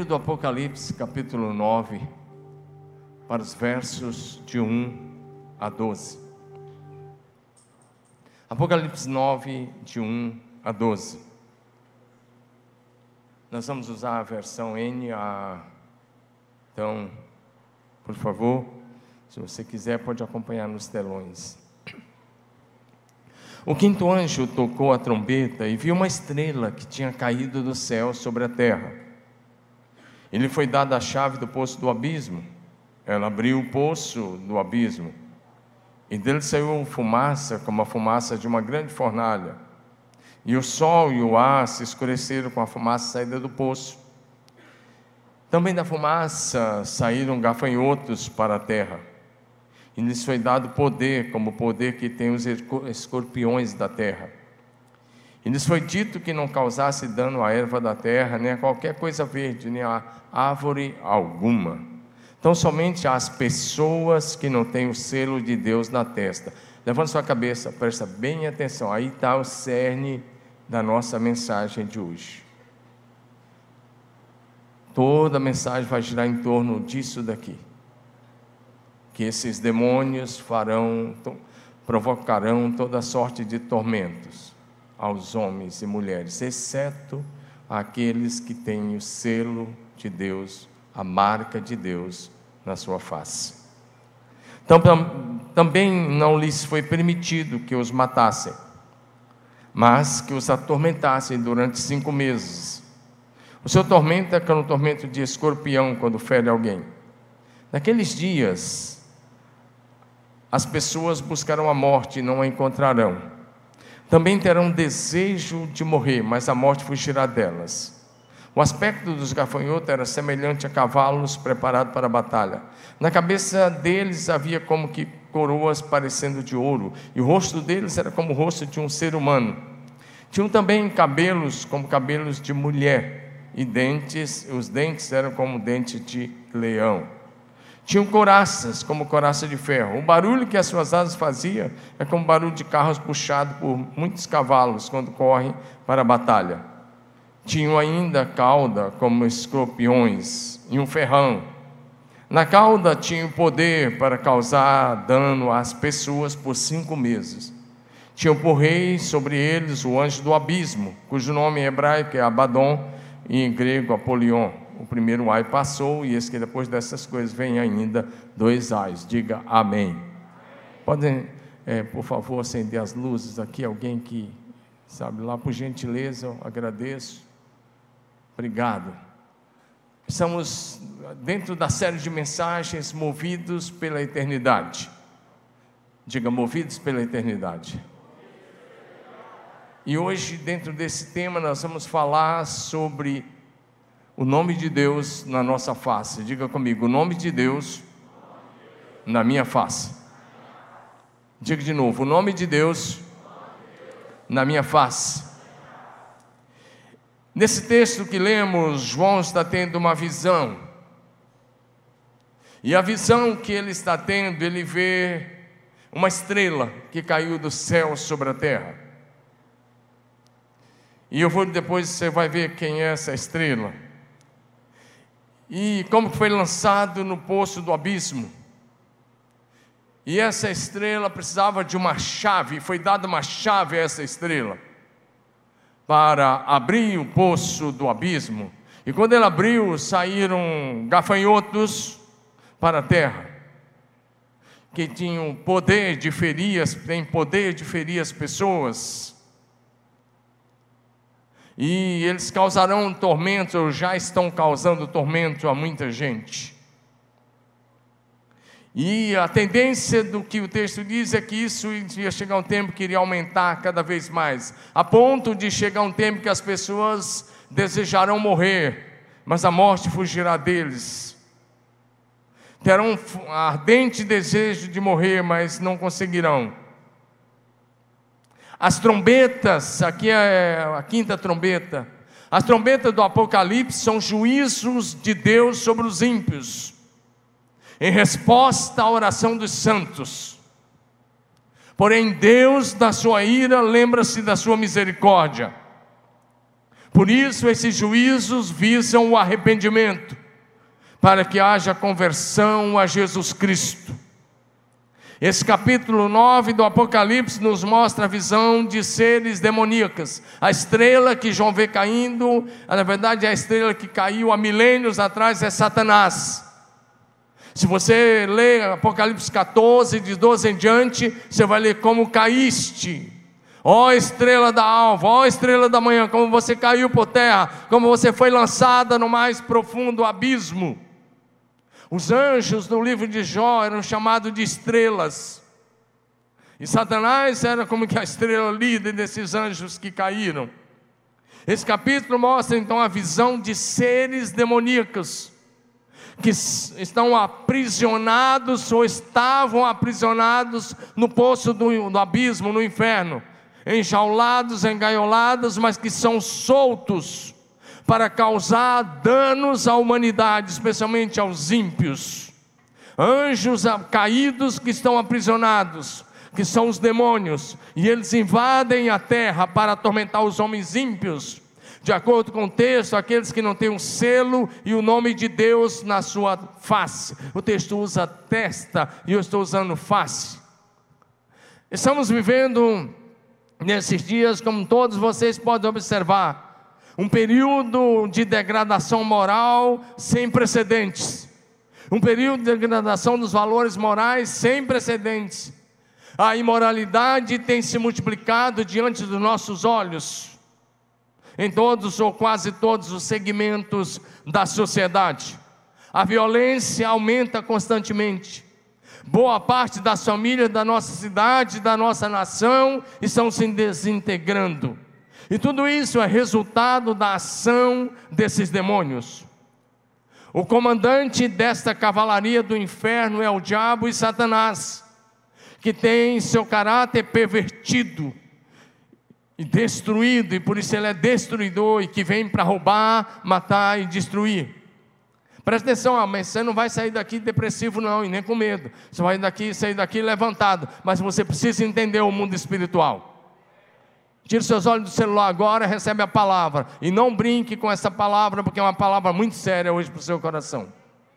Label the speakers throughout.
Speaker 1: do Apocalipse, capítulo 9, para os versos de 1 a 12. Apocalipse 9, de 1 a 12. Nós vamos usar a versão NA. Então, por favor, se você quiser, pode acompanhar nos telões. O quinto anjo tocou a trombeta e viu uma estrela que tinha caído do céu sobre a terra. Ele foi dada a chave do poço do abismo. Ela abriu o poço do abismo, e dele saiu fumaça, como a fumaça de uma grande fornalha. E o sol e o ar se escureceram com a fumaça saída do poço. Também da fumaça saíram gafanhotos para a terra. E lhes foi dado poder, como o poder que tem os escorpiões da terra. E lhes foi dito que não causasse dano à erva da terra, nem a qualquer coisa verde, nem a árvore alguma. Então somente as pessoas que não têm o selo de Deus na testa. Levanta sua cabeça, presta bem atenção. Aí está o cerne da nossa mensagem de hoje. Toda a mensagem vai girar em torno disso daqui. Que esses demônios provocarão toda sorte de tormentos aos homens e mulheres, exceto aqueles que têm o selo de Deus, a marca de Deus na sua face. Então, também não lhes foi permitido que os matassem, mas que os atormentassem durante 5 meses. O seu tormento é como o tormento de escorpião quando fere alguém. Naqueles dias, as pessoas buscarão a morte e não a encontrarão. Também terão desejo de morrer, mas a morte fugirá delas. O aspecto dos gafanhotos era semelhante a cavalos preparados para a batalha. Na cabeça deles havia como que coroas parecendo de ouro, e o rosto deles era como o rosto de um ser humano. Tinham também cabelos como cabelos de mulher, e os dentes eram como dentes de leão. Tinham couraças como couraça de ferro. O barulho que as suas asas faziam é como barulho de carros puxados por muitos cavalos quando correm para a batalha. Tinham ainda cauda como escorpiões e um ferrão. Na cauda tinham poder para causar dano às pessoas por 5 meses. Tinham por rei sobre eles o anjo do abismo, cujo nome em hebraico é Abaddon e em grego Apolion. O primeiro ai passou, e esse que depois dessas coisas vem ainda 2 ais. Diga amém. Podem, por favor, acender as luzes aqui. Alguém que sabe lá, por gentileza, eu agradeço. Obrigado. Estamos dentro da série de mensagens movidos pela eternidade. Diga, movidos pela eternidade. E hoje, dentro desse tema, nós vamos falar sobre o nome de Deus na nossa face. Diga comigo, o nome de Deus na minha face. Diga de novo, o nome de Deus na minha face. Nesse texto que lemos, João está tendo uma visão. E a visão que ele está tendo, ele vê uma estrela que caiu do céu sobre a terra. E depois você vai ver quem é essa estrela. E como foi lançado no poço do abismo. E essa estrela precisava de uma chave, foi dada uma chave a essa estrela, para abrir o poço do abismo. E quando ele abriu, saíram gafanhotos para a terra, que tinham poder de ferir, têm poder de ferir as pessoas. E eles causarão tormento, ou já estão causando tormento a muita gente. E a tendência do que o texto diz é que isso ia chegar um tempo que iria aumentar cada vez mais, a ponto de chegar um tempo que as pessoas desejarão morrer, mas a morte fugirá deles. Terão um ardente desejo de morrer, mas não conseguirão. As trombetas, aqui é a 5ª trombeta. As trombetas do Apocalipse são juízos de Deus sobre os ímpios, em resposta à oração dos santos. Porém, Deus, da sua ira, lembra-se da sua misericórdia. Por isso esses juízos visam o arrependimento, para que haja conversão a Jesus Cristo. Esse capítulo 9 do Apocalipse nos mostra a visão de seres demoníacos. A estrela que João vê caindo, na verdade a estrela que caiu há milênios atrás é Satanás. Se você ler Apocalipse 14, de 12 em diante, você vai ler como caíste, ó estrela da alva, ó estrela da manhã, como você caiu por terra, como você foi lançada no mais profundo abismo. Os anjos no livro de Jó eram chamados de estrelas, e Satanás era como que a estrela líder desses anjos que caíram. Esse capítulo mostra então a visão de seres demoníacos, que estão aprisionados ou estavam aprisionados no poço do abismo, no inferno, enjaulados, engaiolados, mas que são soltos para causar danos à humanidade, especialmente aos ímpios. Anjos caídos que estão aprisionados, que são os demônios, e eles invadem a terra para atormentar os homens ímpios. De acordo com o texto, aqueles que não têm um selo e o nome de Deus na sua face. O texto usa testa e eu estou usando face. Estamos vivendo nesses dias, como todos vocês podem observar, um período de degradação moral sem precedentes. Um período de degradação dos valores morais sem precedentes. A imoralidade tem se multiplicado diante dos nossos olhos, em todos ou quase todos os segmentos da sociedade. A violência aumenta constantemente. Boa parte das famílias da nossa cidade, da nossa nação, estão se desintegrando. E tudo isso é resultado da ação desses demônios. O comandante desta cavalaria do inferno é o diabo e Satanás, que tem seu caráter pervertido e destruído, e por isso ele é destruidor, e que vem para roubar, matar e destruir. Presta atenção, mas você não vai sair daqui depressivo não, e nem com medo. Você vai sair daqui levantado, mas você precisa entender o mundo espiritual. Tire seus olhos do celular agora, recebe a palavra, e não brinque com essa palavra, porque é uma palavra muito séria hoje para o seu coração.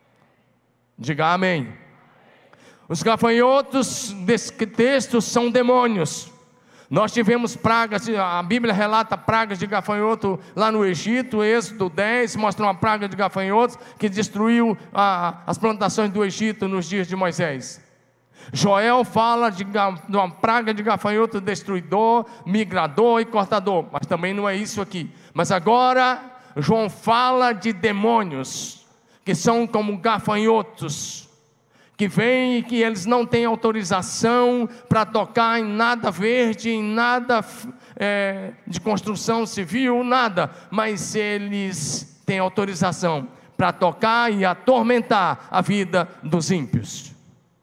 Speaker 1: Diga amém. Os gafanhotos desse texto são demônios. Nós tivemos pragas, a Bíblia relata pragas de gafanhoto lá no Egito. Êxodo 10 mostra uma praga de gafanhotos que destruiu as plantações do Egito nos dias de Moisés. Joel fala de uma praga de gafanhoto destruidor, migrador e cortador, mas também não é isso aqui. Mas agora João fala de demônios, que são como gafanhotos, que vêm e que eles não têm autorização para tocar em nada verde, em nada de construção civil, nada, mas eles têm autorização para tocar e atormentar a vida dos ímpios.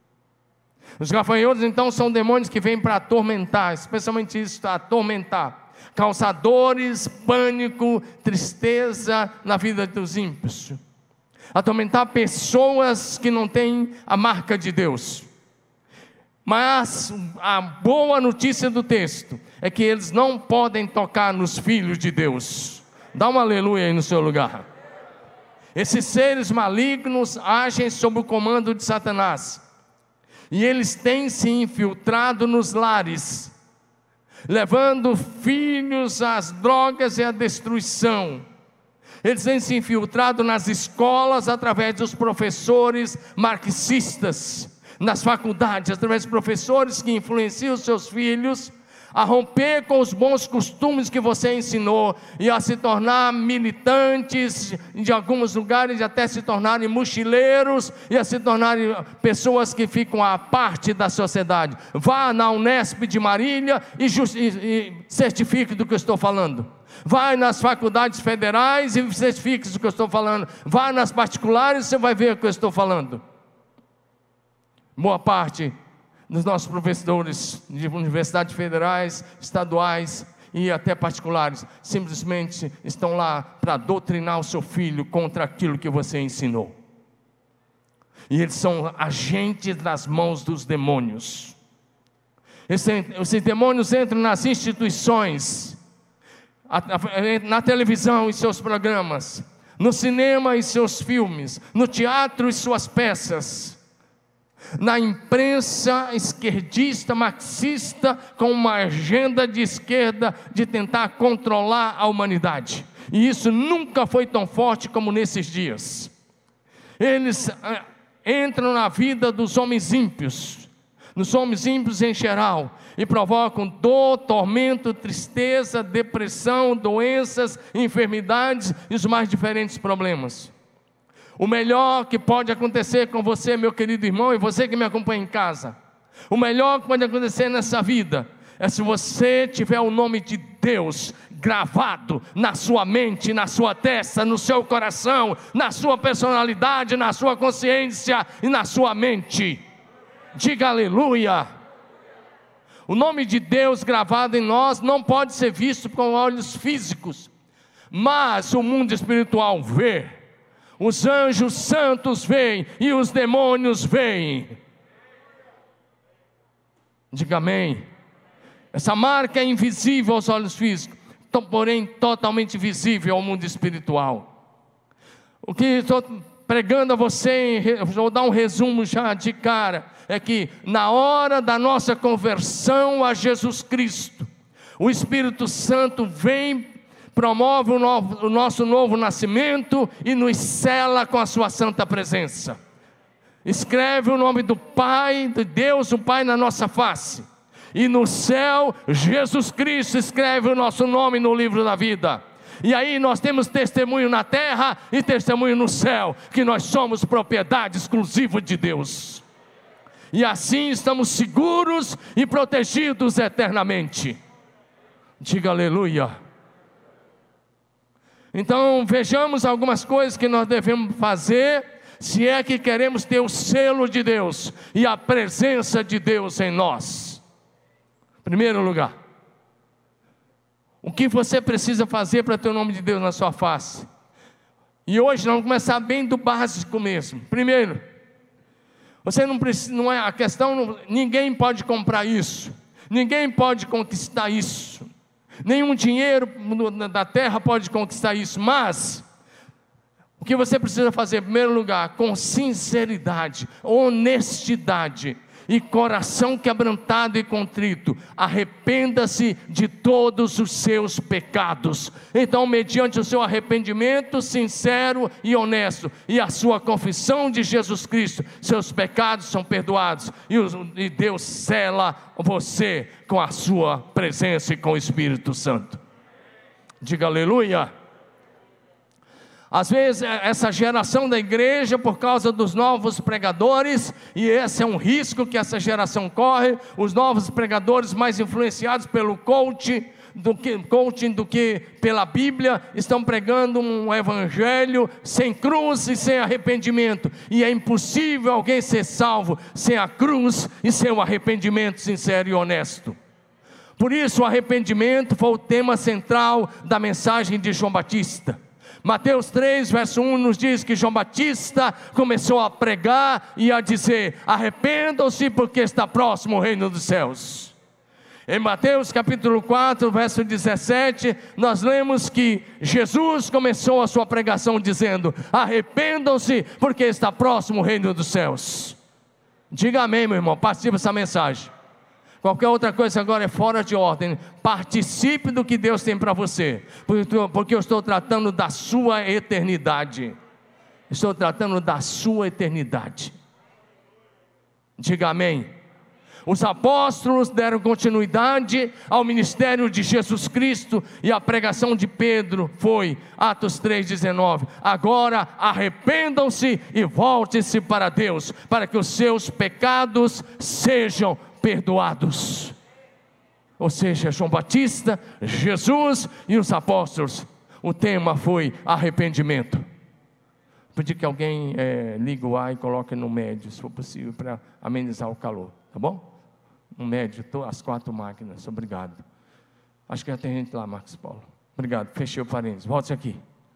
Speaker 1: Os gafanhotos então são demônios que vêm para atormentar, especialmente isso, atormentar, causadores, pânico, tristeza na vida dos ímpios, atormentar pessoas que não têm a marca de Deus. Mas a boa notícia do texto é que eles não podem tocar nos filhos de Deus. Dá um aleluia aí no seu lugar. Esses seres malignos agem sob o comando de Satanás, e eles têm se infiltrado nos lares, levando filhos às drogas e à destruição. Eles têm se infiltrado nas escolas através dos professores marxistas, nas faculdades, através dos professores que influenciam os seus filhos a romper com os bons costumes que você ensinou e a se tornar militantes de alguns lugares, até se tornarem mochileiros e a se tornarem pessoas que ficam à parte da sociedade. Vá na Unesp de Marília e certifique do que eu estou falando. Vai nas faculdades federais e certifique do que eu estou falando. Vá nas particulares e você vai ver o que eu estou falando. Boa parte dos nossos professores de universidades federais, estaduais e até particulares, simplesmente estão lá para doutrinar o seu filho contra aquilo que você ensinou. E eles são agentes das mãos dos demônios. Esses demônios entram nas instituições, na televisão e seus programas, no cinema e seus filmes, no teatro e suas peças, na imprensa esquerdista, marxista, com uma agenda de esquerda de tentar controlar a humanidade. E isso nunca foi tão forte como nesses dias. Eles entram na vida dos homens ímpios, nos homens ímpios em geral, e provocam dor, tormento, tristeza, depressão, doenças, enfermidades e os mais diferentes problemas. O melhor que pode acontecer com você, meu querido irmão, e você que me acompanha em casa, o melhor que pode acontecer nessa vida é se você tiver o nome de Deus gravado na sua mente, na sua testa, no seu coração, na sua personalidade, na sua consciência e na sua mente. Diga aleluia. O nome de Deus gravado em nós não pode ser visto com olhos físicos, mas o mundo espiritual vê. Os anjos santos veem e os demônios veem. Diga amém. Essa marca é invisível aos olhos físicos, porém totalmente visível ao mundo espiritual. O que estou pregando a você, vou dar um resumo já de cara, é que na hora da nossa conversão a Jesus Cristo, o Espírito Santo vem, promove o nosso novo nascimento e nos sela com a sua santa presença. Escreve o nome do Pai, de Deus o Pai na nossa face, e no céu Jesus Cristo escreve o nosso nome no livro da vida. E aí nós temos testemunho na terra e testemunho no céu, que nós somos propriedade exclusiva de Deus. E assim estamos seguros e protegidos eternamente. Diga aleluia. Então vejamos algumas coisas que nós devemos fazer, se é que queremos ter o selo de Deus e a presença de Deus em nós. Primeiro lugar, o que você precisa fazer para ter o nome de Deus na sua face? E hoje nós vamos começar bem do básico mesmo. Primeiro, você não precisa, não é a questão, ninguém pode comprar isso, ninguém pode conquistar isso, nenhum dinheiro da terra pode conquistar isso, mas o que você precisa fazer, em primeiro lugar, com sinceridade, honestidade e coração quebrantado e contrito, arrependa-se de todos os seus pecados. Então, mediante o seu arrependimento sincero e honesto, e a sua confissão de Jesus Cristo, seus pecados são perdoados, e Deus sela você com a sua presença e com o Espírito Santo. Diga aleluia. Às vezes essa geração da igreja, por causa dos novos pregadores, e esse é um risco que essa geração corre, os novos pregadores mais influenciados pelo coaching do que pela Bíblia, estão pregando um evangelho sem cruz e sem arrependimento, e é impossível alguém ser salvo sem a cruz e sem o arrependimento sincero e honesto. Por isso o arrependimento foi o tema central da mensagem de João Batista. Mateus 3, verso 1 nos diz que João Batista começou a pregar e a dizer: arrependam-se porque está próximo o reino dos céus. Em Mateus capítulo 4, verso 17, nós lemos que Jesus começou a sua pregação dizendo: arrependam-se porque está próximo o reino dos céus. Diga amém, meu irmão, participe dessa mensagem. Qualquer outra coisa agora é fora de ordem. Participe do que Deus tem para você, porque eu estou tratando da sua eternidade. Estou tratando da sua eternidade. Diga amém. Os apóstolos deram continuidade ao ministério de Jesus Cristo, e a pregação de Pedro foi Atos 3,19: agora arrependam-se e voltem-se para Deus, para que os seus pecados sejam perdoados. Ou seja, João Batista, Jesus e os apóstolos, o tema foi arrependimento. Pedir que alguém ligue o ar e coloque no médio, se for possível, para amenizar o calor, tá bom? No médio, as 4 máquinas, obrigado. Acho que já tem gente lá, Marcos Paulo. Obrigado, fechei o parênteses, volte aqui.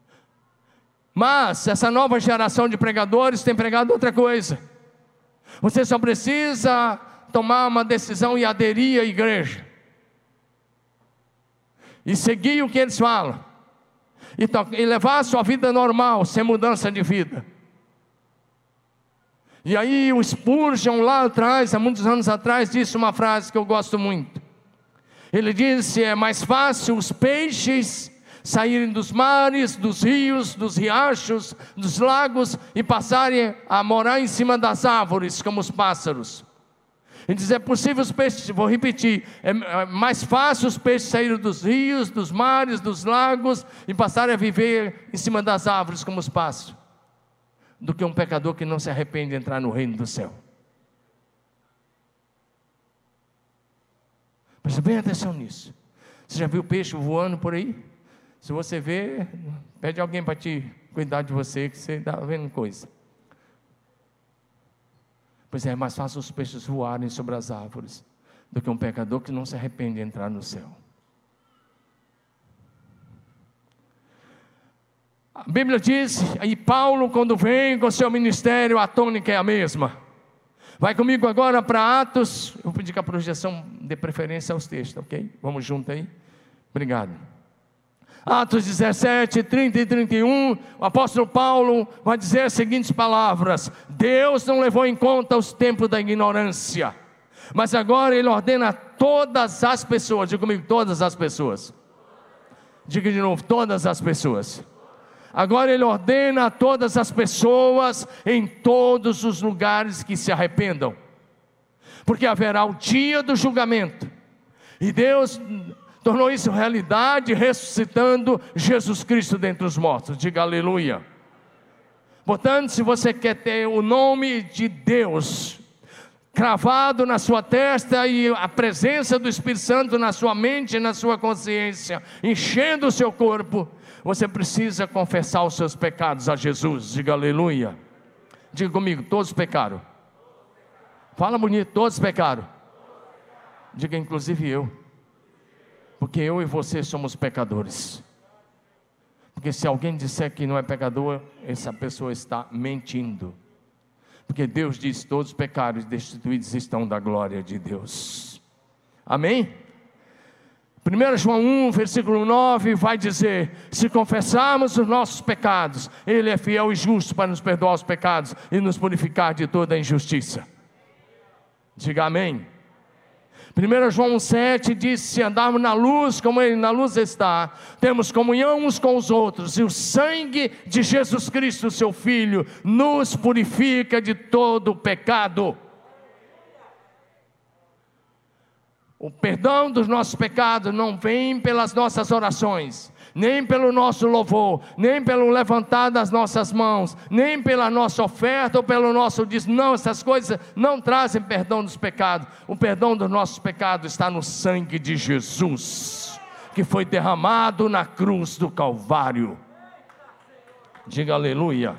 Speaker 1: Mas essa nova geração de pregadores tem pregado outra coisa. Você só precisa tomar uma decisão e aderir à igreja. e seguir o que eles falam, e levar a sua vida normal, sem mudança de vida. E aí o Spurgeon lá atrás, há muitos anos atrás, disse uma frase que eu gosto muito. Ele disse: é mais fácil os peixes saírem dos mares, dos rios, dos riachos, dos lagos, e passarem a morar em cima das árvores, como os pássaros. Ele diz: é possível os peixes, vou repetir, é mais fácil os peixes saírem dos rios, dos mares, dos lagos, e passarem a viver em cima das árvores, como os pássaros, do que um pecador que não se arrepende de entrar no reino do céu. Preste bem atenção nisso. Você já viu peixe voando por aí? Se você vê, pede alguém para te cuidar de você, que você está vendo coisa. Pois é mais fácil os peixes voarem sobre as árvores, do que um pecador que não se arrepende de entrar no céu. A Bíblia diz, e Paulo, quando vem com o seu ministério, a tônica é a mesma. Vai comigo agora para Atos. Eu vou pedir que a projeção dê preferência aos textos, ok? Vamos junto aí? Obrigado. Atos 17, 30 e 31, o apóstolo Paulo vai dizer as seguintes palavras: Deus não levou em conta os tempos da ignorância, mas agora Ele ordena a todas as pessoas. Diga comigo, todas as pessoas. Diga de novo, todas as pessoas. Agora Ele ordena a todas as pessoas em todos os lugares que se arrependam, porque haverá o dia do julgamento, e Deus tornou isso realidade, ressuscitando Jesus Cristo dentre os mortos. Diga aleluia. Portanto, se você quer ter o nome de Deus cravado na sua testa, e a presença do Espírito Santo na sua mente e na sua consciência, enchendo o seu corpo, você precisa confessar os seus pecados a Jesus. Diga aleluia. Diga comigo, todos pecaram. Fala bonito, todos pecaram. Diga inclusive eu. Porque eu e você somos pecadores. Porque se alguém disser que não é pecador, essa pessoa está mentindo. Porque Deus diz: todos os pecados destituídos estão da glória de Deus. Amém? 1 João 1, versículo 9 vai dizer: se confessarmos os nossos pecados, Ele é fiel e justo para nos perdoar os pecados e nos purificar de toda a injustiça. Diga amém. 1 João 7 diz: se andarmos na luz como Ele na luz está, temos comunhão uns com os outros, e o sangue de Jesus Cristo, seu Filho, nos purifica de todo o pecado. O perdão dos nossos pecados não vem pelas nossas orações, nem pelo nosso louvor, nem pelo levantar das nossas mãos, nem pela nossa oferta ou pelo nosso dízimo. Não, essas coisas não trazem perdão dos pecados. O perdão dos nossos pecados está no sangue de Jesus, que foi derramado na cruz do Calvário. Diga aleluia.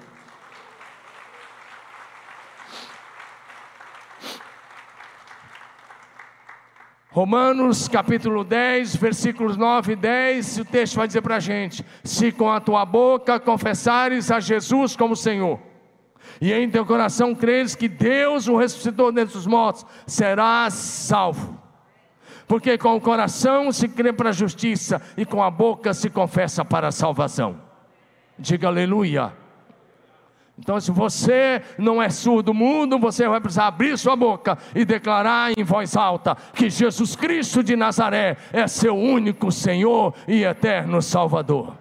Speaker 1: Romanos capítulo 10, versículos 9 e 10, o texto vai dizer para a gente: se com a tua boca confessares a Jesus como Senhor, e em teu coração creres que Deus o ressuscitou dentre os mortos, serás salvo. Porque com o coração se crê para a justiça, e com a boca se confessa para a salvação. Diga aleluia. Então, se você não é surdo mudo, você vai precisar abrir sua boca e declarar em voz alta que Jesus Cristo de Nazaré é seu único Senhor e eterno Salvador.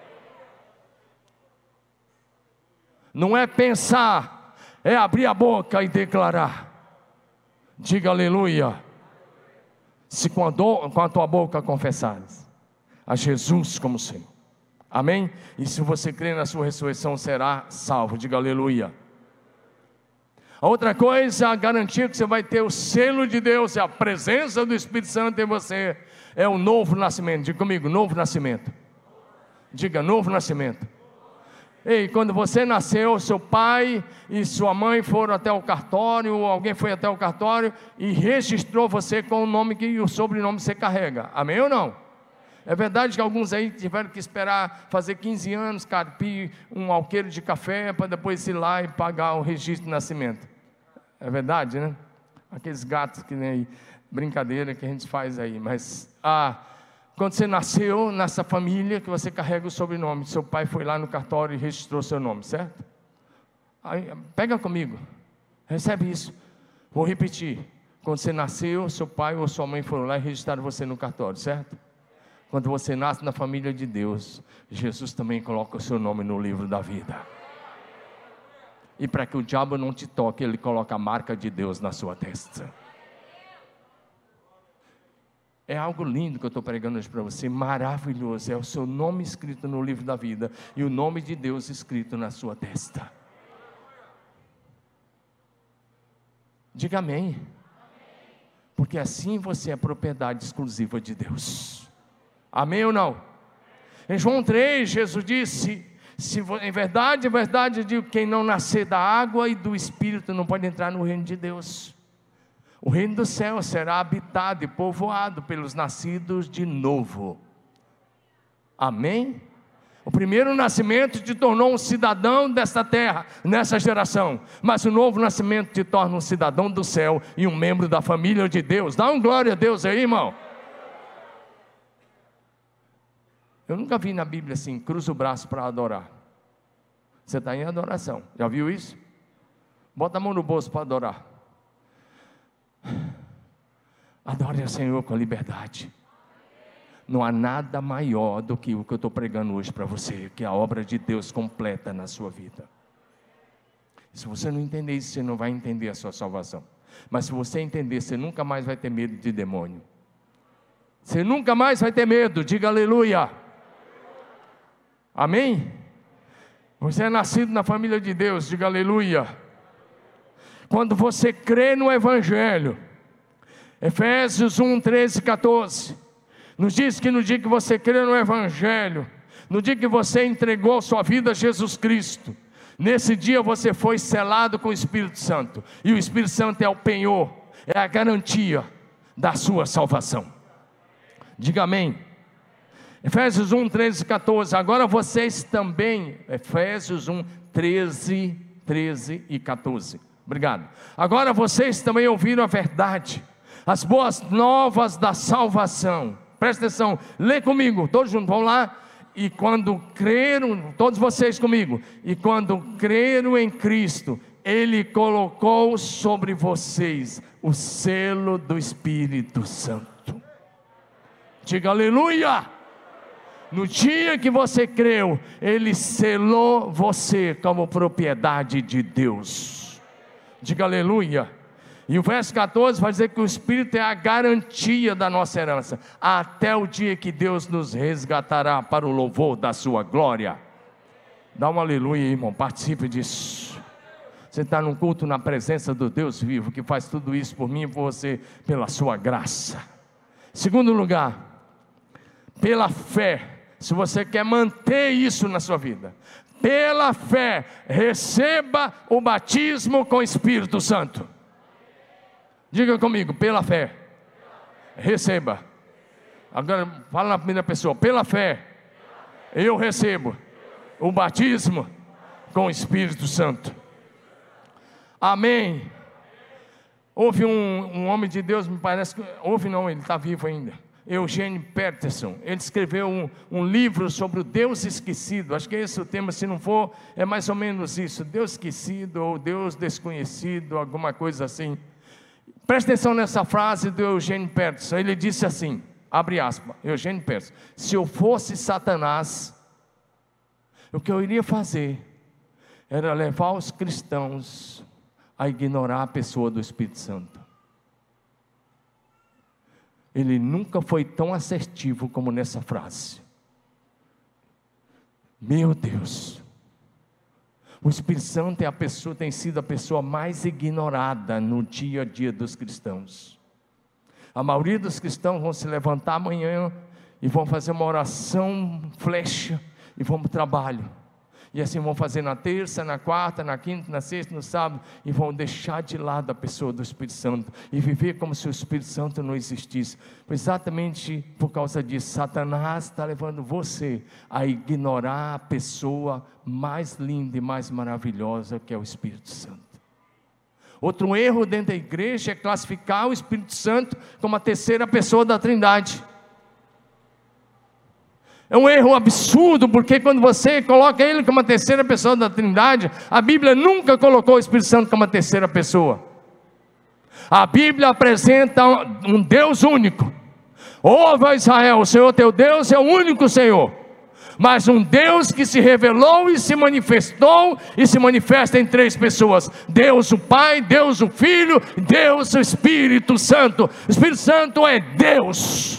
Speaker 1: Não é pensar, é abrir a boca e declarar. Diga aleluia. Se com a tua boca confessares a Jesus como Senhor. Amém? E se você crê na sua ressurreição, será salvo. Diga aleluia. A outra coisa, a garantia que você vai ter o selo de Deus, é a presença do Espírito Santo em você, é o novo nascimento. Diga comigo, novo nascimento. Diga, novo nascimento. Ei, quando você nasceu, seu pai e sua mãe foram até o cartório, ou alguém foi até o cartório e registrou você com o nome e o sobrenome que você carrega. Amém ou não? É verdade que alguns aí tiveram que esperar fazer 15 anos, carpir um alqueiro de café, para depois ir lá e pagar o registro de nascimento. É verdade, né? Aqueles gatos que nem aí, brincadeira que a gente faz aí. Mas Quando você nasceu nessa família que você carrega o sobrenome, seu pai foi lá no cartório e registrou seu nome, certo? Aí, pega comigo, recebe isso. Vou repetir. Quando você nasceu, seu pai ou sua mãe foram lá e registraram você no cartório, certo? Quando você nasce na família de Deus, Jesus também coloca o seu nome no livro da vida. E para que o diabo não te toque, ele coloca a marca de Deus na sua testa. É algo lindo que eu estou pregando hoje para você, maravilhoso. É o seu nome escrito no livro da vida e o nome de Deus escrito na sua testa. Diga amém. Porque assim você é propriedade exclusiva de Deus. Amém ou não? Em João 3, Jesus disse: em verdade, eu digo, quem não nascer da água e do Espírito não pode entrar no reino de Deus. O reino do céu será habitado e povoado pelos nascidos de novo. Amém? O primeiro nascimento te tornou um cidadão desta terra, nessa geração. Mas o novo nascimento te torna um cidadão do céu e um membro da família de Deus. Dá um glória a Deus aí, irmão. Eu nunca vi na Bíblia assim, cruza o braço para adorar. Você está em adoração. Já viu isso? Bota a mão no bolso para adorar. Adore ao Senhor com liberdade. Não há nada maior do que o que eu estou pregando hoje para você, que é a obra de Deus completa na sua vida. Se você não entender isso, você não vai entender a sua salvação. Mas se você entender, você nunca mais vai ter medo de demônio. Você nunca mais vai ter medo, diga aleluia. Amém? Você é nascido na família de Deus, diga aleluia. Quando você crê no Evangelho, Efésios 1, 13, 14, nos diz que no dia que você crê no Evangelho, no dia que você entregou sua vida a Jesus Cristo, nesse dia você foi selado com o Espírito Santo, e o Espírito Santo é o penhor, é a garantia da sua salvação. Diga amém. Efésios 1, 13, 14, agora vocês também, Efésios 1, 13 e 14, obrigado. Agora vocês também ouviram a verdade, as boas novas da salvação. Presta atenção, lê comigo, todos juntos, vamos lá. E quando creram, todos vocês comigo, e quando creram em Cristo, Ele colocou sobre vocês o selo do Espírito Santo. Diga aleluia. No dia que você creu, Ele selou você como propriedade de Deus. Diga aleluia. E o verso 14 vai dizer que o Espírito é a garantia da nossa herança, até o dia que Deus nos resgatará para o louvor da sua glória. Dá um aleluia, irmão, participe disso. Você está num culto na presença do Deus vivo, que faz tudo isso por mim e por você, pela sua graça. Segundo lugar, pela fé. Se você quer manter isso na sua vida, pela fé, receba o batismo com o Espírito Santo. Diga comigo, pela fé, receba. Agora fala na primeira pessoa, pela fé, eu recebo o batismo com o Espírito Santo. Amém. Houve um homem de Deus, me parece que, houve não, ele está vivo ainda, Eugene Peterson. Ele escreveu um livro sobre o Deus esquecido. Acho que esse é o tema, se não for, é mais ou menos isso, Deus esquecido ou Deus desconhecido, alguma coisa assim. Presta atenção nessa frase do Eugene Peterson. Ele disse assim, abre aspas, Eugene Peterson: se eu fosse Satanás, o que eu iria fazer era levar os cristãos a ignorar a pessoa do Espírito Santo. Ele nunca foi tão assertivo como nessa frase. Meu Deus, o Espírito Santo tem sido a pessoa mais ignorada no dia a dia dos cristãos. A maioria dos cristãos vão se levantar amanhã e vão fazer uma oração flecha e vão para o trabalho. E assim vão fazer na terça, na quarta, na quinta, na sexta, no sábado, e vão deixar de lado a pessoa do Espírito Santo e viver como se o Espírito Santo não existisse. Exatamente por causa disso, Satanás está levando você a ignorar a pessoa mais linda e mais maravilhosa, que é o Espírito Santo. Outro erro dentro da igreja é classificar o Espírito Santo como a terceira pessoa da Trindade. É um erro absurdo, porque quando você coloca Ele como a terceira pessoa da Trindade, a Bíblia nunca colocou o Espírito Santo como a terceira pessoa. A Bíblia apresenta um Deus único. Ouve, ó Israel, o Senhor teu Deus é o único Senhor, mas um Deus que se revelou e se manifestou, e se manifesta em três pessoas: Deus o Pai, Deus o Filho, Deus o Espírito Santo. O Espírito Santo é Deus.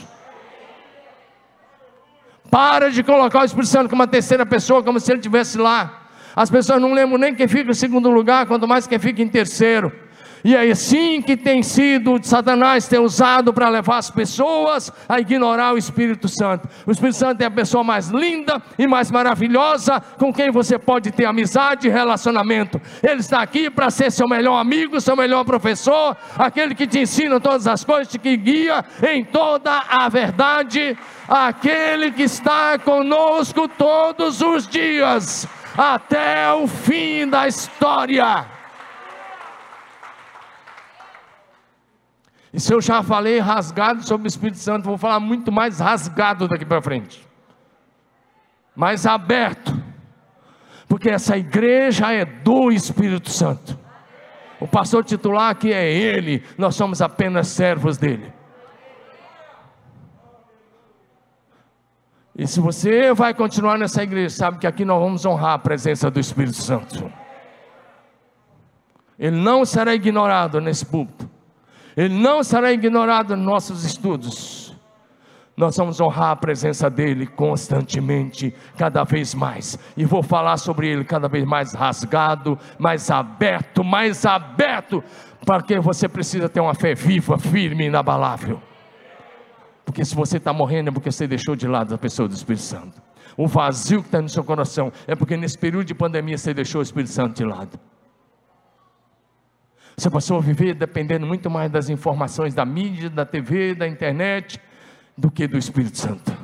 Speaker 1: Para de colocar o Espírito Santo como a terceira pessoa, como se ele estivesse lá. As pessoas não lembram nem quem fica em segundo lugar, quanto mais quem fica em terceiro. E é assim que tem sido Satanás ter usado para levar as pessoas a ignorar o Espírito Santo. O Espírito Santo é a pessoa mais linda e mais maravilhosa com quem você pode ter amizade e relacionamento. Ele está aqui para ser seu melhor amigo, seu melhor professor, aquele que te ensina todas as coisas, que guia em toda a verdade, aquele que está conosco todos os dias, até o fim da história. E se eu já falei rasgado sobre o Espírito Santo, vou falar muito mais rasgado daqui para frente, mais aberto, porque essa igreja é do Espírito Santo. O pastor titular aqui é Ele, nós somos apenas servos dele. E se você vai continuar nessa igreja, sabe que aqui nós vamos honrar a presença do Espírito Santo. Ele não será ignorado nesse púlpito. Ele não será ignorado nos nossos estudos. Nós vamos honrar a presença dele constantemente, cada vez mais. E vou falar sobre ele cada vez mais rasgado, mais aberto, porque você precisa ter uma fé viva, firme e inabalável. Porque se você está morrendo é porque você deixou de lado a pessoa do Espírito Santo. O vazio que está no seu coração é porque nesse período de pandemia você deixou o Espírito Santo de lado. Você passou a viver dependendo muito mais das informações da mídia, da TV, da internet, do que do Espírito Santo.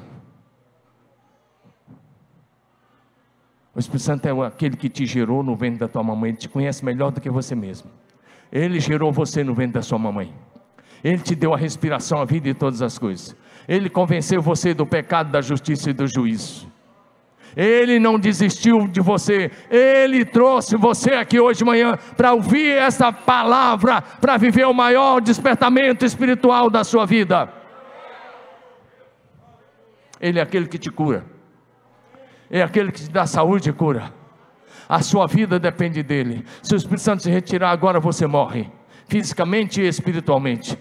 Speaker 1: O Espírito Santo é aquele que te gerou no ventre da tua mamãe. Ele te conhece melhor do que você mesmo. Ele gerou você no ventre da sua mamãe. Ele te deu a respiração, a vida e todas as coisas. Ele convenceu você do pecado, da justiça e do juízo. Ele não desistiu de você. Ele trouxe você aqui hoje de manhã para ouvir essa palavra, para viver o maior despertamento espiritual da sua vida. Ele é aquele que te cura. É aquele que te dá saúde e cura. A sua vida depende dele. Se o Espírito Santo se retirar agora, você morre, fisicamente e espiritualmente.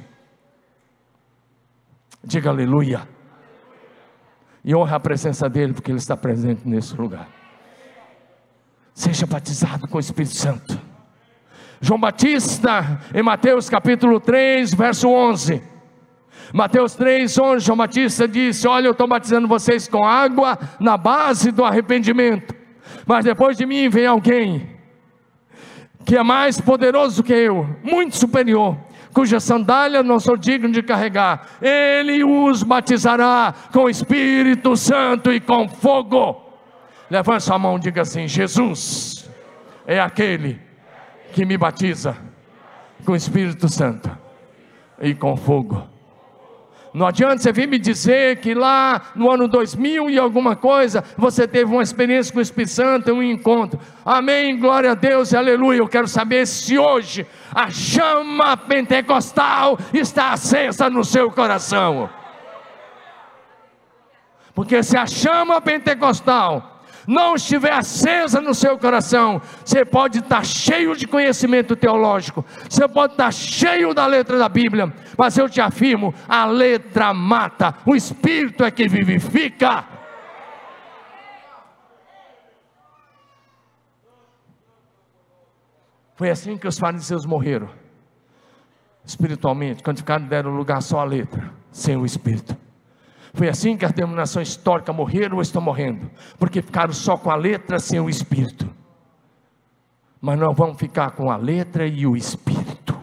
Speaker 1: Diga aleluia. E honra a presença dele, porque ele está presente nesse lugar. Seja batizado com o Espírito Santo. João Batista, em Mateus capítulo 3, verso 11. Mateus 3, 11, João Batista disse: olha, eu estou batizando vocês com água na base do arrependimento, mas depois de mim vem alguém que é mais poderoso que eu, muito superior, cuja sandália não sou digno de carregar. Ele os batizará com o Espírito Santo e com fogo. Levante sua mão e diga assim: Jesus é aquele que me batiza com o Espírito Santo e com fogo. Não adianta você vir me dizer que lá no ano 2000 e alguma coisa, você teve uma experiência com o Espírito Santo, um encontro. Amém, glória a Deus e aleluia. Eu quero saber se hoje a chama pentecostal está acesa no seu coração. Porque se a chama pentecostal não estiver acesa no seu coração, você pode estar cheio de conhecimento teológico, você pode estar cheio da letra da Bíblia, mas eu te afirmo, a letra mata, o Espírito é que vivifica. Foi assim que os fariseus morreram espiritualmente, quando deram lugar só à letra, sem o Espírito. Foi assim que as denominações históricas morreram ou estão morrendo, porque ficaram só com a letra sem o Espírito. Mas nós vamos ficar com a letra e o Espírito.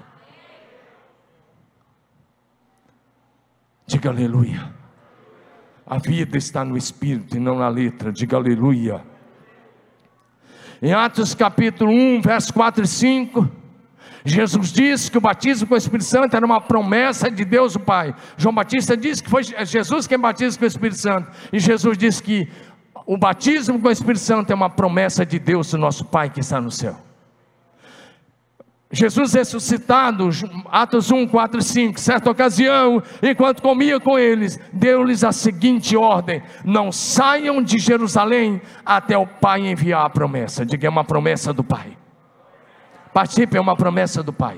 Speaker 1: Diga aleluia. A vida está no Espírito e não na letra. Diga aleluia. Em Atos capítulo 1, verso 4 e 5, Jesus disse que o batismo com o Espírito Santo era uma promessa de Deus o Pai. João Batista disse que foi Jesus quem batiza com o Espírito Santo. E Jesus disse que o batismo com o Espírito Santo é uma promessa de Deus, o nosso Pai que está no céu. Jesus ressuscitado, Atos 1, 4 e 5, certa ocasião, enquanto comia com eles, deu-lhes a seguinte ordem: não saiam de Jerusalém até o Pai enviar a promessa. Diga, é uma promessa do Pai. Participe, é uma promessa do Pai.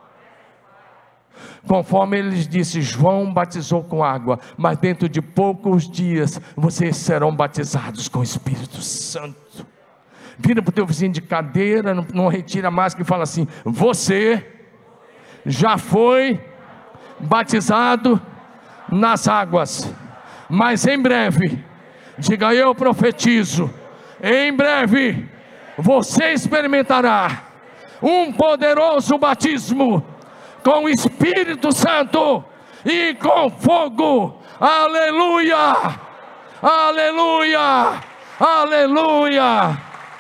Speaker 1: Conforme ele lhes disse, João batizou com água, mas dentro de poucos dias vocês serão batizados com o Espírito Santo. Vira para o teu vizinho de cadeira, não retira a máscara e fala assim: você já foi batizado nas águas, mas em breve, diga, eu profetizo, em breve você experimentará um poderoso batismo com o Espírito Santo e com fogo. Aleluia, aleluia, aleluia.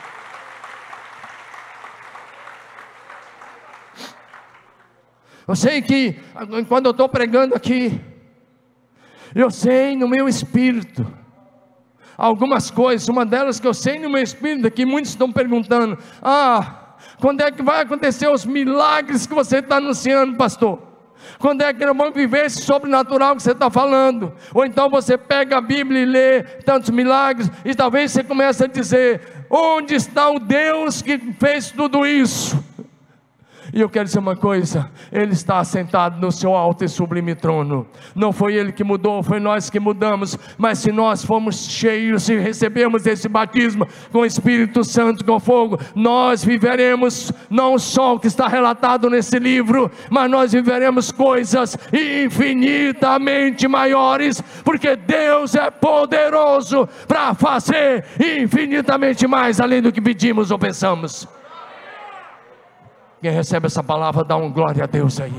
Speaker 1: Eu sei que quando eu estou pregando aqui, eu sei no meu espírito algumas coisas. Uma delas que eu sei no meu espírito, que muitos estão perguntando: quando é que vai acontecer os milagres que você está anunciando, pastor? Quando é que nós vamos viver esse sobrenatural que você está falando? Ou então você pega a Bíblia e lê tantos milagres, e talvez você comece a dizer: onde está o Deus que fez tudo isso? E eu quero dizer uma coisa: Ele está assentado no seu alto e sublime trono. Não foi Ele que mudou, foi nós que mudamos. Mas se nós formos cheios, se recebemos esse batismo com o Espírito Santo, com fogo, nós viveremos não só o que está relatado nesse livro, mas nós viveremos coisas infinitamente maiores, porque Deus é poderoso para fazer infinitamente mais além do que pedimos ou pensamos. Quem recebe essa palavra, dá um glória a Deus aí.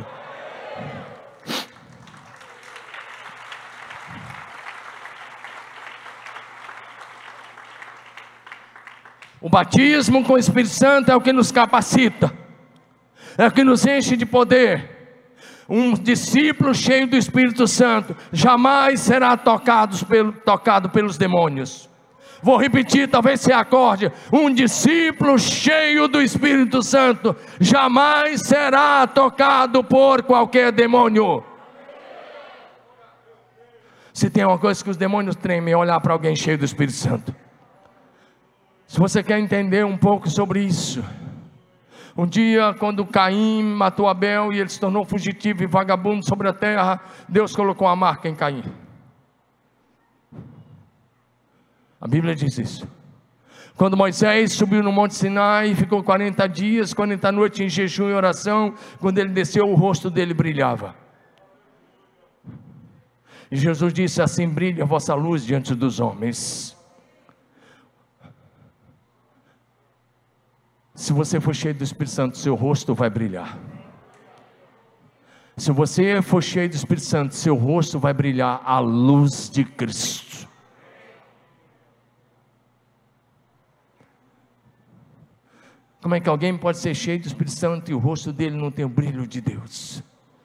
Speaker 1: O batismo com o Espírito Santo é o que nos capacita, é o que nos enche de poder. Um discípulo cheio do Espírito Santo jamais será tocado pelos demônios. Vou repetir, talvez você acorde: um discípulo cheio do Espírito Santo jamais será tocado por qualquer demônio. Se tem uma coisa que os demônios tremem, é olhar para alguém cheio do Espírito Santo. Se você quer entender um pouco sobre isso, um dia quando Caim matou Abel e ele se tornou fugitivo e vagabundo sobre a terra, Deus colocou uma marca em Caim. A Bíblia diz isso. Quando Moisés subiu no Monte Sinai e ficou 40 dias, 40 noites em jejum e oração, quando ele desceu, o rosto dele brilhava. E Jesus disse: assim brilha a vossa luz diante dos homens. Se você for cheio do Espírito Santo, seu rosto vai brilhar. Se você for cheio do Espírito Santo, seu rosto vai brilhar a luz de Cristo. Como é que alguém pode ser cheio do Espírito Santo e o rosto dele não tem o brilho de Deus?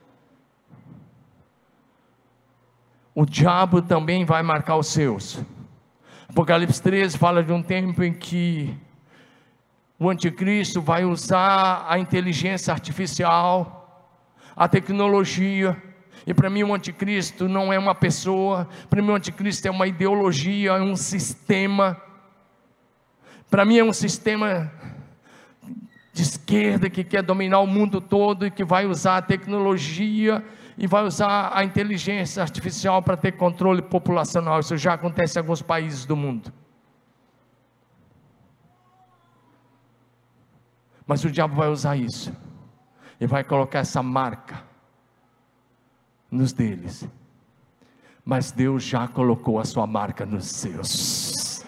Speaker 1: O diabo também vai marcar os seus. Apocalipse 13 fala de um tempo em que o anticristo vai usar a inteligência artificial, a tecnologia. E para mim o anticristo não é uma pessoa, para mim o anticristo é uma ideologia, é um sistema. Para mim é um sistema de esquerda que quer dominar o mundo todo e que vai usar a tecnologia e vai usar a inteligência artificial para ter controle populacional. Isso já acontece em alguns países do mundo. Mas o diabo vai usar isso e vai colocar essa marca nos deles. Mas Deus já colocou a sua marca nos seus.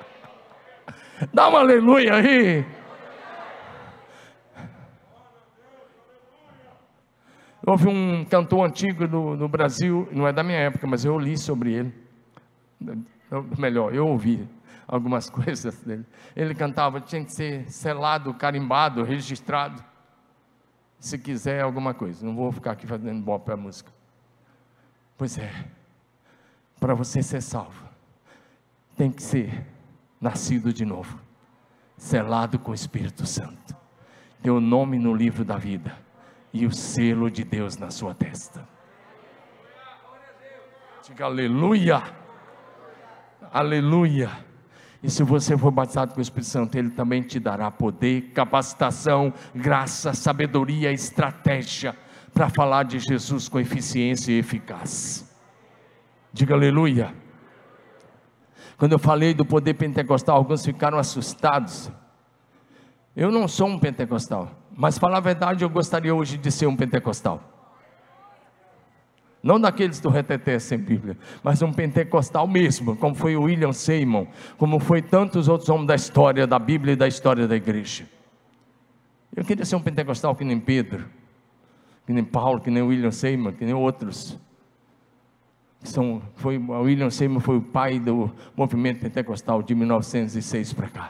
Speaker 1: Dá um aleluia aí. Houve um cantor antigo no Brasil, não é da minha época, mas eu li sobre ele. Melhor, eu ouvi algumas coisas dele. Ele cantava, tinha que ser selado, carimbado, registrado. Se quiser alguma coisa, não vou ficar aqui fazendo boa para a música. Pois é, para você ser salvo, tem que ser nascido de novo, selado com o Espírito Santo, ter o nome no livro da vida e o selo de Deus na sua testa. Diga aleluia, aleluia. E se você for batizado com o Espírito Santo, Ele também te dará poder, capacitação, graça, sabedoria, estratégia, para falar de Jesus com eficiência e eficácia. Diga aleluia. Quando eu falei do poder pentecostal, alguns ficaram assustados. Eu não sou um pentecostal, mas falar a verdade, eu gostaria hoje de ser um pentecostal. Não daqueles do reteté sem Bíblia, mas um pentecostal mesmo, como foi o William Seymour, como foi tantos outros homens da história da Bíblia e da história da igreja. Eu queria ser um pentecostal que nem Pedro, que nem Paulo, que nem William Seymour, que nem outros. O William Seymour foi o pai do movimento pentecostal de 1906 para cá.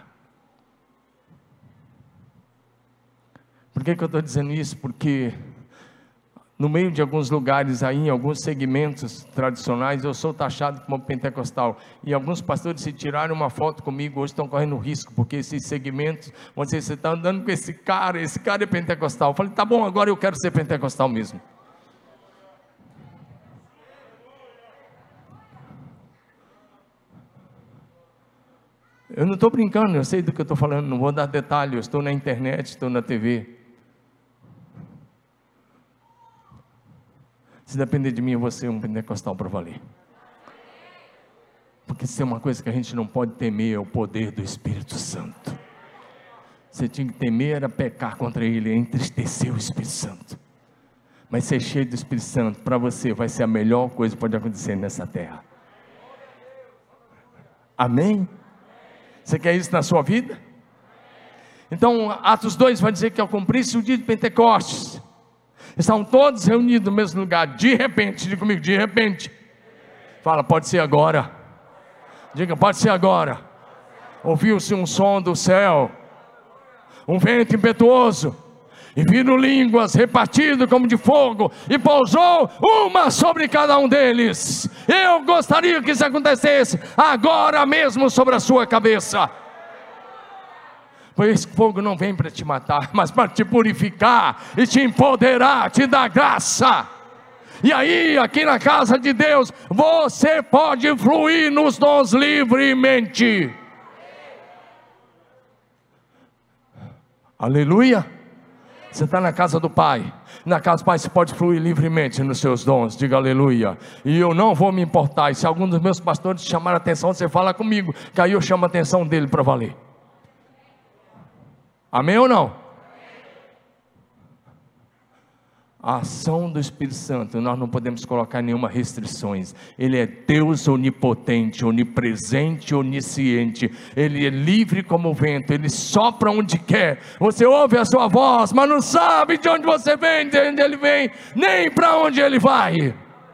Speaker 1: Por que eu estou dizendo isso? Porque no meio de alguns lugares aí, em alguns segmentos tradicionais, eu sou taxado como pentecostal, e alguns pastores, se tiraram uma foto comigo, hoje estão correndo risco, porque esses segmentos, vão dizer, você está andando com esse cara é pentecostal. Eu falei, tá bom, agora eu quero ser pentecostal mesmo. Eu não estou brincando, eu sei do que eu estou falando, não vou dar detalhe, eu estou na internet, estou na TV. Se depender de mim, eu vou ser um pentecostal para valer. Porque se tem uma coisa que a gente não pode temer, é o poder do Espírito Santo. Você tinha que temer era pecar contra Ele, entristecer o Espírito Santo. Mas ser cheio do Espírito Santo, para você, vai ser a melhor coisa que pode acontecer nessa terra. Amém? Você quer isso na sua vida? Então, Atos 2 vai dizer que ao cumprir-se o dia de Pentecostes, estavam todos reunidos no mesmo lugar, de repente, diga comigo, de repente. Fala, pode ser agora. Diga, pode ser agora. Ouviu-se um som do céu, um vento impetuoso, e viram línguas repartidas como de fogo, e pousou uma sobre cada um deles. Eu gostaria que isso acontecesse agora mesmo sobre a sua cabeça. Pois esse fogo não vem para te matar, mas para te purificar e te empoderar, te dar graça. E aí, aqui na casa de Deus, você pode fluir nos dons livremente. Aleluia. Você está na casa do Pai. Na casa do Pai você pode fluir livremente nos seus dons. Diga aleluia. E eu não vou me importar. E se algum dos meus pastores te chamar a atenção, você fala comigo, que aí eu chamo a atenção dele para valer. Amém ou não? A ação do Espírito Santo, nós não podemos colocar nenhuma restrições. Ele é Deus onipotente, onipresente, onisciente. Ele é livre como o vento, Ele sopra onde quer. Você ouve a sua voz, mas não sabe de onde você vem, de onde Ele vem, nem para onde Ele vai.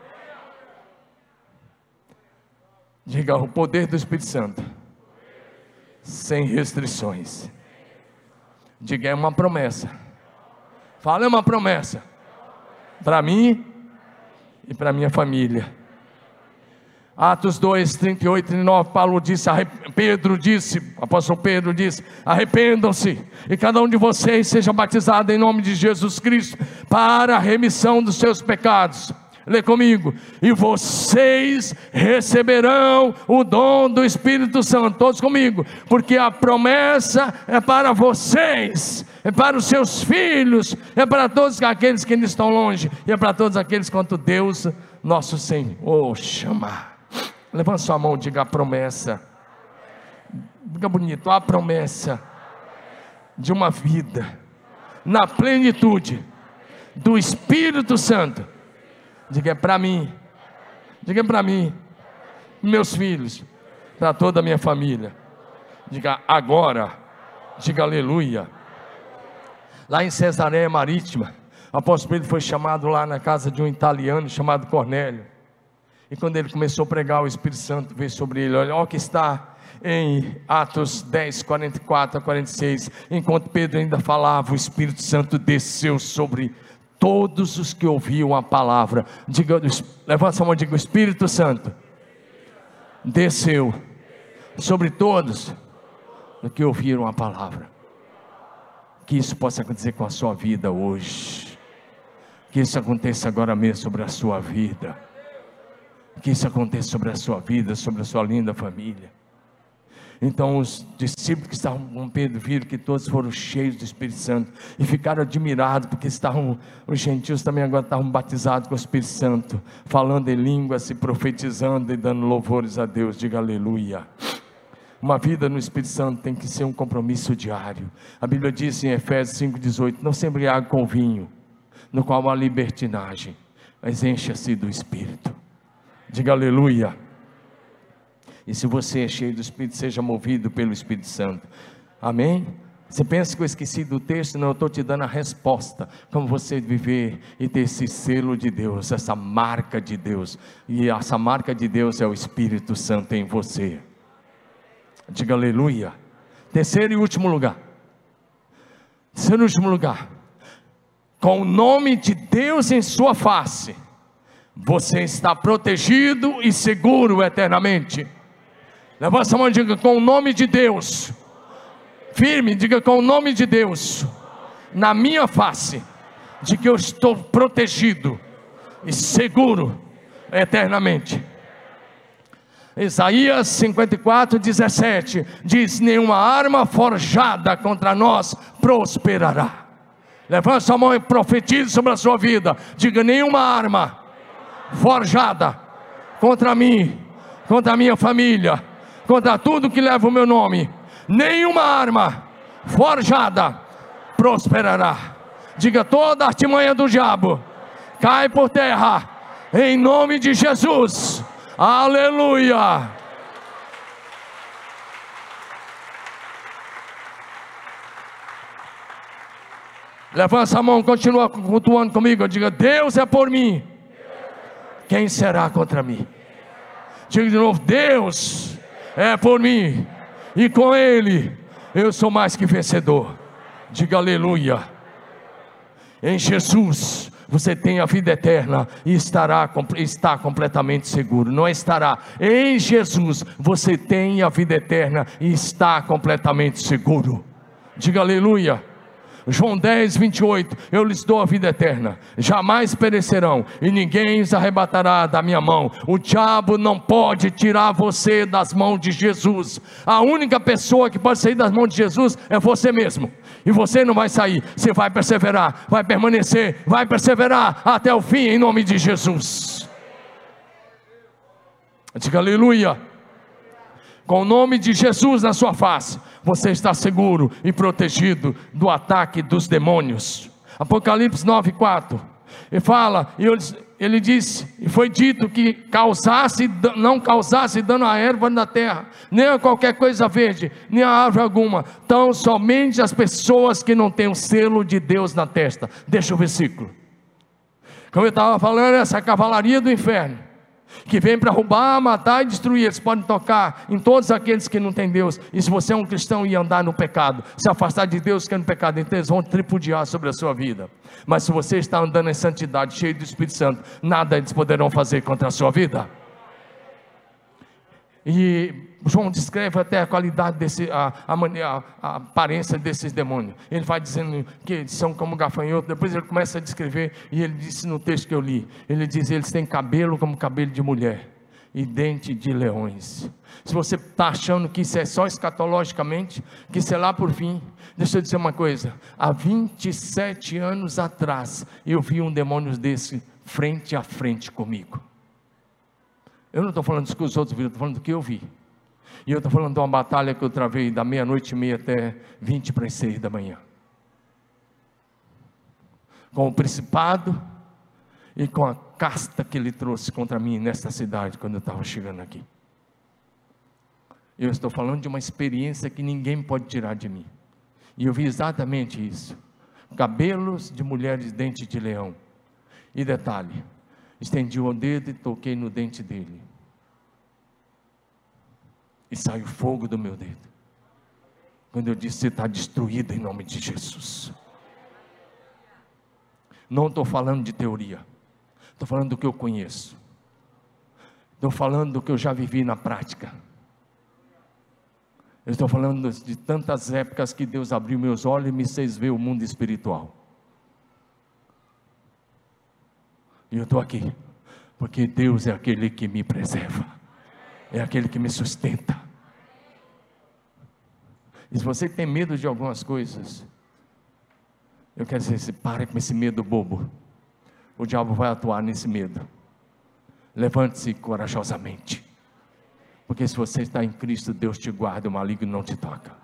Speaker 1: Diga, o poder do Espírito Santo, sem restrições. Diga, é uma promessa. Fala, é uma promessa para mim e para minha família. Atos 2, 38 e 39, apóstolo Pedro disse, arrependam-se, e cada um de vocês seja batizado em nome de Jesus Cristo, para a remissão dos seus pecados. Lê comigo, e vocês receberão o dom do Espírito Santo. Todos comigo, porque a promessa é para vocês, é para os seus filhos, é para todos aqueles que ainda estão longe, e é para todos aqueles quanto Deus nosso Senhor chamar. Levanta sua mão e diga a promessa. Diga bonito, a promessa de uma vida na plenitude do Espírito Santo. Diga, é para mim. Diga, é para mim, meus filhos, para toda a minha família. Diga, agora. Diga, aleluia. Lá em Cesareia Marítima, o apóstolo Pedro foi chamado lá na casa de um italiano chamado Cornélio. E quando ele começou a pregar, o Espírito Santo veio sobre ele. Olha o que está em Atos 10, 44 a 46. Enquanto Pedro ainda falava, o Espírito Santo desceu sobre todos os que ouviam a palavra. Diga, levanta a mão e diga: o Espírito Santo desceu sobre todos os que ouviram a palavra. Que isso possa acontecer com a sua vida hoje. Que isso aconteça agora mesmo sobre a sua vida. Que isso aconteça sobre a sua vida, sobre a sua linda família. Então os discípulos que estavam com Pedro viram que todos foram cheios do Espírito Santo e ficaram admirados, porque os gentios também agora estavam batizados com o Espírito Santo, falando em línguas e profetizando e dando louvores a Deus. Diga aleluia. Uma vida no Espírito Santo tem que ser um compromisso diário. A Bíblia diz em Efésios 5,18: não se embriague com vinho, no qual há libertinagem, mas encha-se do Espírito. Diga aleluia. E se você é cheio do Espírito, seja movido pelo Espírito Santo. Amém? Você pensa que eu esqueci do texto? Não, eu estou te dando a resposta. Como você viver e ter esse selo de Deus, essa marca de Deus. E essa marca de Deus é o Espírito Santo em você. Diga aleluia. Terceiro e último lugar. Terceiro e último lugar. Com o nome de Deus em sua face, você está protegido e seguro eternamente. Levanta a mão e diga: com o nome de Deus. Firme, diga: com o nome de Deus na minha face, de que eu estou protegido e seguro eternamente. Isaías 54:17 diz: nenhuma arma forjada contra nós prosperará. Levanta a mão e profetize sobre a sua vida. Diga: nenhuma arma forjada contra mim, contra a minha família, contra tudo que leva o meu nome, nenhuma arma forjada prosperará. Diga: toda artimanha do diabo cai por terra, em nome de Jesus. Aleluia. Levanta a mão, continua cultuando comigo. Diga: Deus é por mim, quem será contra mim? Diga de novo: Deus é por mim, e com Ele eu sou mais que vencedor. Diga aleluia. Em Jesus você tem a vida eterna e está completamente seguro. Não estará. Em Jesus você tem a vida eterna e está completamente seguro. Diga aleluia. João 10:28, eu lhes dou a vida eterna, jamais perecerão, e ninguém os arrebatará da minha mão. O diabo não pode tirar você das mãos de Jesus. A única pessoa que pode sair das mãos de Jesus é você mesmo. E você não vai sair, você vai perseverar, vai permanecer, vai perseverar até o fim, em nome de Jesus. Diga aleluia. Com o nome de Jesus na sua face, você está seguro e protegido do ataque dos demônios. Apocalipse 9:4, ele fala, ele disse, e foi dito que não causasse dano à erva da terra, nem a qualquer coisa verde, nem a árvore alguma, tão somente as pessoas que não têm o selo de Deus na testa. Deixa o versículo. Como eu estava falando, essa cavalaria do inferno, que vem para roubar, matar e destruir, eles podem tocar em todos aqueles que não têm Deus. E se você é um cristão e andar no pecado, se afastar de Deus que é no pecado, então eles vão tripudiar sobre a sua vida. Mas se você está andando em santidade, cheio do Espírito Santo, nada eles poderão fazer contra a sua vida. E João descreve até a qualidade a aparência desses demônios. Ele vai dizendo que eles são como gafanhoto. Depois ele começa a descrever, e ele disse no texto que eu li, ele diz: eles têm cabelo como cabelo de mulher e dente de leões. Se você está achando que isso é só escatologicamente, que isso é lá por fim, deixa eu dizer uma coisa: há 27 anos atrás eu vi um demônio desse frente a frente comigo. Eu não estou falando disso que os outros viram, estou falando do que eu vi. E eu estou falando de uma batalha que eu travei da 00:30 até 6:20 da manhã, com o principado e com a casta que ele trouxe contra mim nesta cidade, quando eu estava chegando aqui. Eu estou falando de uma experiência que ninguém pode tirar de mim. E eu vi exatamente isso: cabelos de mulheres, dentes de leão. E detalhe, estendi o dedo e toquei no dente dele, e saiu fogo do meu dedo, quando eu disse: você está destruído em nome de Jesus. Não estou falando de teoria, estou falando do que eu conheço, estou falando do que eu já vivi na prática. Eu estou falando de tantas épocas que Deus abriu meus olhos e me fez ver o mundo espiritual. E eu estou aqui, porque Deus é aquele que me preserva, é aquele que me sustenta. E se você tem medo de algumas coisas, eu quero dizer, pare com esse medo bobo. O diabo vai atuar nesse medo. Levante-se corajosamente, porque se você está em Cristo, Deus te guarda, o maligno não te toca.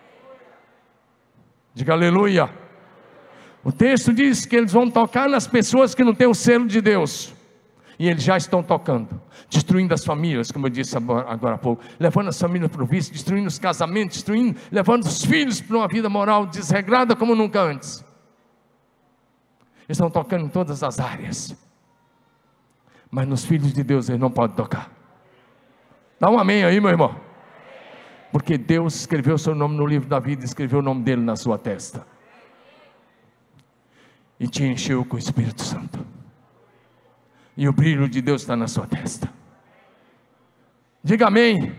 Speaker 1: Diga aleluia. O texto diz que eles vão tocar nas pessoas que não têm o selo de Deus, e eles já estão tocando, destruindo as famílias, como eu disse agora há pouco, levando as famílias para o vício, destruindo os casamentos, levando os filhos para uma vida moral desregrada como nunca antes. Eles estão tocando em todas as áreas, mas nos filhos de Deus eles não podem tocar. Dá um amém aí, meu irmão, porque Deus escreveu o seu nome no livro da vida, escreveu o nome dele na sua testa, e te encheu com o Espírito Santo, e o brilho de Deus está na sua testa. Diga amém.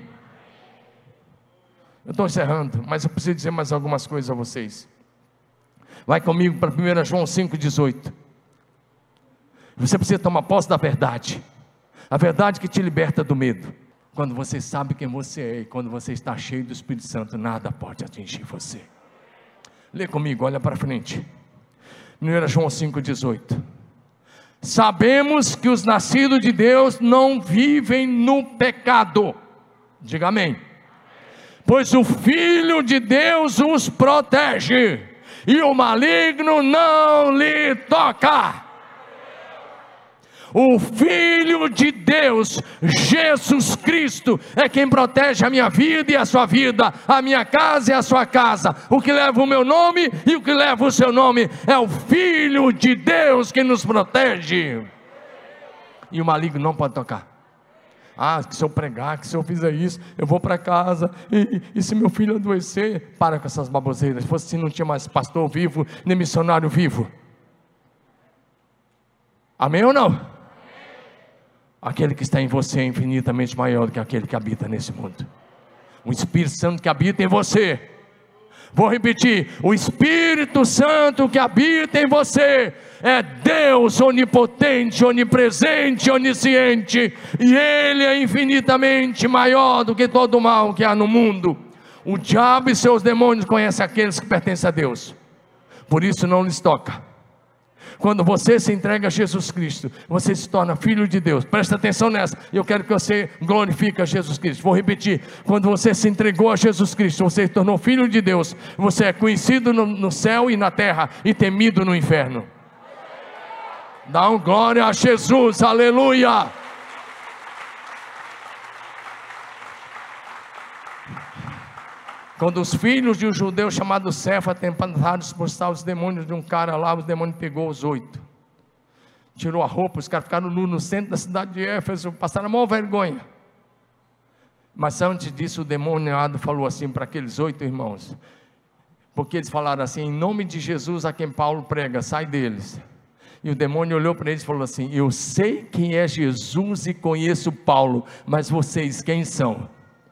Speaker 1: Eu estou encerrando, mas eu preciso dizer mais algumas coisas a vocês. Vai comigo para 1 João 5,18. Você precisa tomar posse da verdade, a verdade que te liberta do medo. Quando você sabe quem você é, e quando você está cheio do Espírito Santo, nada pode atingir você. Lê comigo, olha para frente. 1 João 5,18. Sabemos que os nascidos de Deus não vivem no pecado. Diga amém. Pois o Filho de Deus os protege, e o maligno não lhe toca. O Filho de Deus, Jesus Cristo, é quem protege a minha vida e a sua vida, a minha casa e a sua casa. O que leva o meu nome e o que leva o seu nome é o Filho de Deus que nos protege, e o maligno não pode tocar. Ah, que se eu pregar, que se eu fizer isso, eu vou para casa, e se meu filho adoecer, para com essas baboseiras. Se fosse assim, não tinha mais pastor vivo, nem missionário vivo. Amém ou não? Aquele que está em você é infinitamente maior do que aquele que habita nesse mundo. O Espírito Santo que habita em você, vou repetir, o Espírito Santo que habita em você é Deus onipotente, onipresente, onisciente, e Ele é infinitamente maior do que todo o mal que há no mundo. O diabo e seus demônios conhecem aqueles que pertencem a Deus, por isso não lhes toca. Quando você se entrega a Jesus Cristo, você se torna filho de Deus. Presta atenção nessa, eu quero que você glorifique a Jesus Cristo. Vou repetir, quando você se entregou a Jesus Cristo, você se tornou filho de Deus. Você é conhecido no céu e na terra, e temido no inferno. Dá um glória a Jesus, aleluia. Quando os filhos de um judeu chamado Cefa tentaram expulsar os demônios de um cara lá, os demônios pegou os 8, tirou a roupa, os caras ficaram nus no centro da cidade de Éfeso, passaram a maior vergonha. Mas antes disso, o demoniado falou assim para aqueles 8 irmãos, porque eles falaram assim: em nome de Jesus a quem Paulo prega, sai deles. E o demônio olhou para eles e falou assim: eu sei quem é Jesus e conheço Paulo, mas vocês quem são?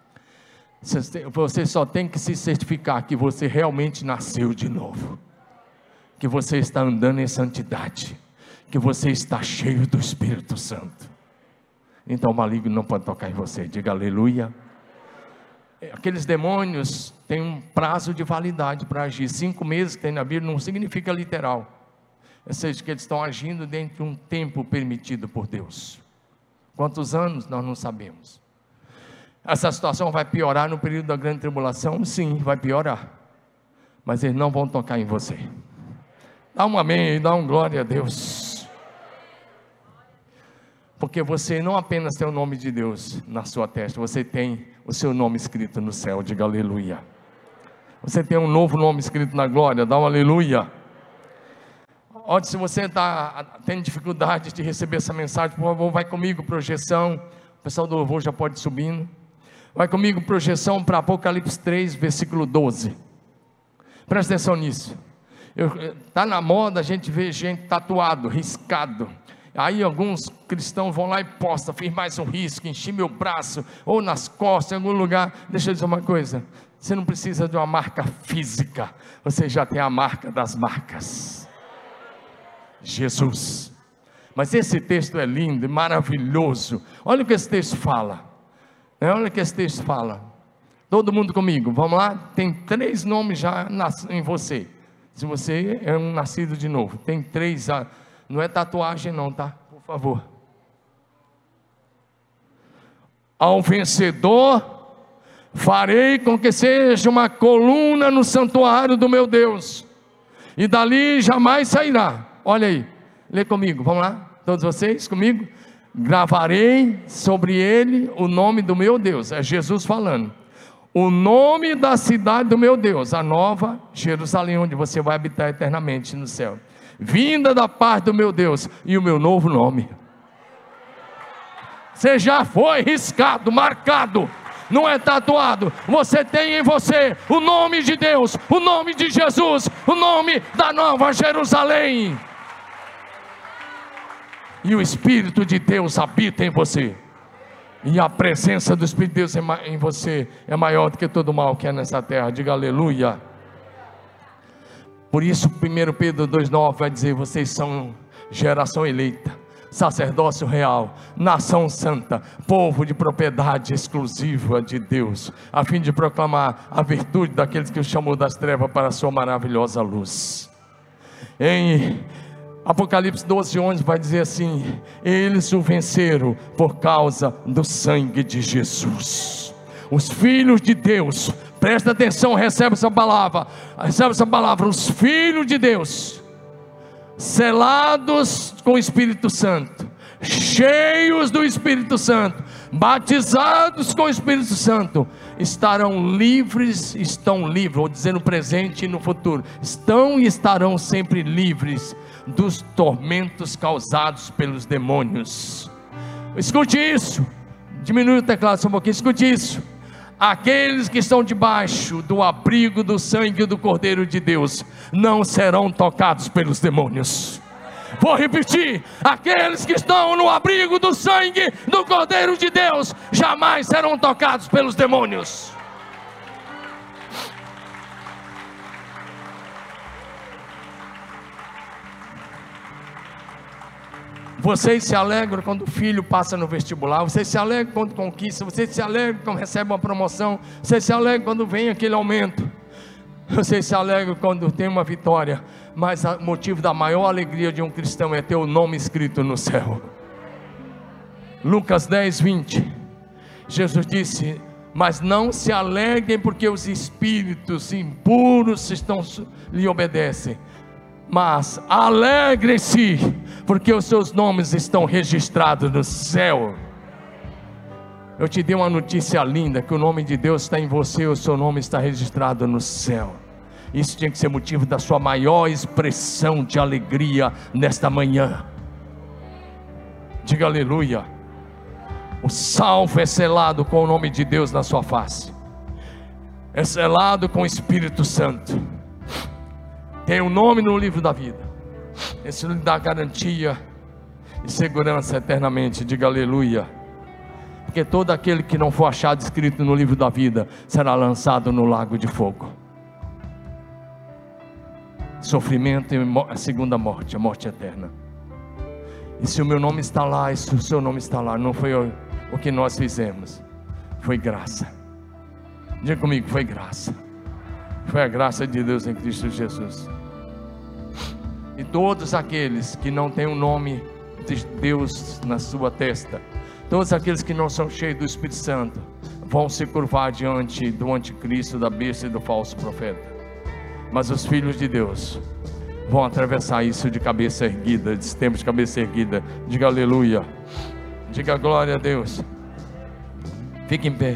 Speaker 1: Você só tem que se certificar que você realmente nasceu de novo, que você está andando em santidade, que você está cheio do Espírito Santo. Então o maligno não pode tocar em você. Diga aleluia. Aqueles demônios têm um prazo de validade para agir. 5 meses que tem na Bíblia não significa literal, ou seja, que eles estão agindo dentro de um tempo permitido por Deus. Quantos anos nós não sabemos. Essa situação vai piorar no período da grande tribulação? Sim, vai piorar, mas eles não vão tocar em você. Dá um amém e dá um glória a Deus, porque você não apenas tem o nome de Deus na sua testa, você tem o seu nome escrito no céu. Diga aleluia. Você tem um novo nome escrito na glória. Dá um aleluia. Olha, se você tem dificuldade de receber essa mensagem, por favor, vai comigo, projeção. O pessoal do louvor já pode ir subindo. Vai comigo, projeção para Apocalipse 3, versículo 12. Presta atenção nisso. Está na moda a gente ver gente tatuado, riscado. Aí alguns cristãos vão lá e postam, fiz mais um risco, enchi meu braço, ou nas costas, em algum lugar. Deixa eu dizer uma coisa, você não precisa de uma marca física, você já tem a marca das marcas, Jesus. Mas esse texto é lindo e maravilhoso. Olha o que esse texto fala, olha o que esse texto fala. Todo mundo comigo, vamos lá? Tem 3 nomes já em você. Se você é um nascido de novo, tem 3, não é tatuagem não, tá? Por favor. Ao vencedor, farei com que seja uma coluna no santuário do meu Deus, e dali jamais sairá. Olha aí, lê comigo, vamos lá? Todos vocês comigo? Gravarei sobre ele o nome do meu Deus, é Jesus falando. O nome da cidade do meu Deus, a nova Jerusalém, onde você vai habitar eternamente no céu, vinda da parte do meu Deus, e o meu novo nome. Você já foi riscado, marcado, não é tatuado. Você tem em você o nome de Deus, o nome de Jesus, o nome da nova Jerusalém, e o Espírito de Deus habita em você. E a presença do Espírito de Deus em você é maior do que todo mal que é nessa terra. Diga aleluia. Por isso 1 Pedro 2,9 vai dizer: vocês são geração eleita, sacerdócio real, nação santa, povo de propriedade exclusiva de Deus, a fim de proclamar a virtude daqueles que o chamou das trevas para a sua maravilhosa luz. Em Apocalipse 12:11 vai dizer assim: eles o venceram por causa do sangue de Jesus. Os filhos de Deus, presta atenção, recebe essa palavra, os filhos de Deus, selados com o Espírito Santo, cheios do Espírito Santo, batizados com o Espírito Santo, estarão livres, estão livres, vou dizer no presente e no futuro, estão e estarão sempre livres dos tormentos causados pelos demônios. Escute isso, diminui o teclado só um pouquinho, escute isso. Aqueles que estão debaixo do abrigo do sangue do Cordeiro de Deus não serão tocados pelos demônios. Vou repetir: aqueles que estão no abrigo do sangue do Cordeiro de Deus jamais serão tocados pelos demônios. Vocês se alegram quando o filho passa no vestibular, vocês se alegram quando conquista, vocês se alegram quando recebe uma promoção, vocês se alegram quando vem aquele aumento, vocês se alegram quando tem uma vitória. Mas o motivo da maior alegria de um cristão é ter o nome escrito no céu. Lucas 10:20, Jesus disse: mas não se alegrem porque os espíritos impuros lhe obedecem, mas alegrem-se porque os seus nomes estão registrados no céu. Eu te dei uma notícia linda, que o nome de Deus está em você, o seu nome está registrado no céu. Isso tinha que ser motivo da sua maior expressão de alegria nesta manhã. Diga aleluia. O salvo é selado com o nome de Deus na sua face, é selado com o Espírito Santo, tem o nome no livro da vida. Isso lhe dá garantia e segurança eternamente. Diga aleluia. Porque todo aquele que não for achado escrito no livro da vida será lançado no lago de fogo. Sofrimento e a segunda morte, a morte eterna. E se o meu nome está lá, e se o seu nome está lá, não foi o que nós fizemos, foi graça. Diga comigo: foi graça. Foi a graça de Deus em Cristo Jesus. E todos aqueles que não têm o nome de Deus na sua testa, todos aqueles que não são cheios do Espírito Santo, vão se curvar diante do anticristo, da besta e do falso profeta. Mas os filhos de Deus vão atravessar isso de cabeça erguida, desse tempo de cabeça erguida. Diga aleluia. Diga glória a Deus. Fique em pé.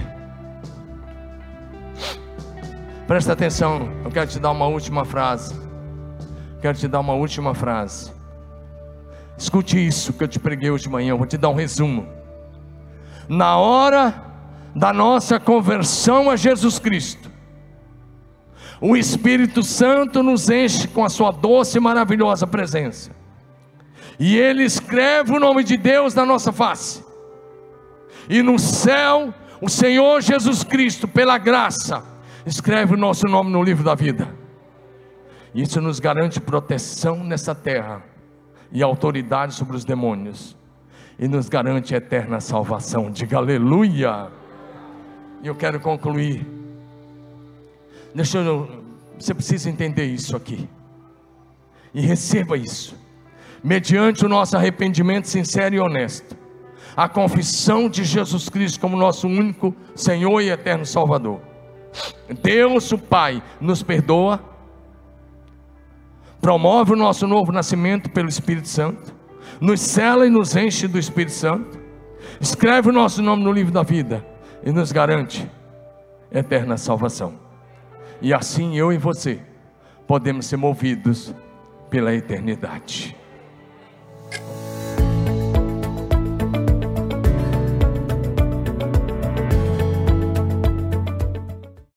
Speaker 1: Presta atenção, eu quero te dar uma última frase. quero te dar uma última frase. Escute isso que eu te preguei hoje de manhã, eu vou te dar um resumo. Na hora da nossa conversão a Jesus Cristo, o Espírito Santo nos enche com a sua doce e maravilhosa presença, e Ele escreve o nome de Deus na nossa face, e no céu, o Senhor Jesus Cristo, pela graça, escreve o nosso nome no livro da vida. Isso nos garante proteção nessa terra, e autoridade sobre os demônios, e nos garante eterna salvação. Diga aleluia. E eu quero concluir. Você precisa entender isso aqui, e receba isso, mediante o nosso arrependimento sincero e honesto, a confissão de Jesus Cristo como nosso único Senhor e eterno Salvador. Deus o Pai nos perdoa, promove o nosso novo nascimento pelo Espírito Santo, nos sela e nos enche do Espírito Santo, escreve o nosso nome no livro da vida e nos garante eterna salvação. E assim eu e você podemos ser movidos pela eternidade.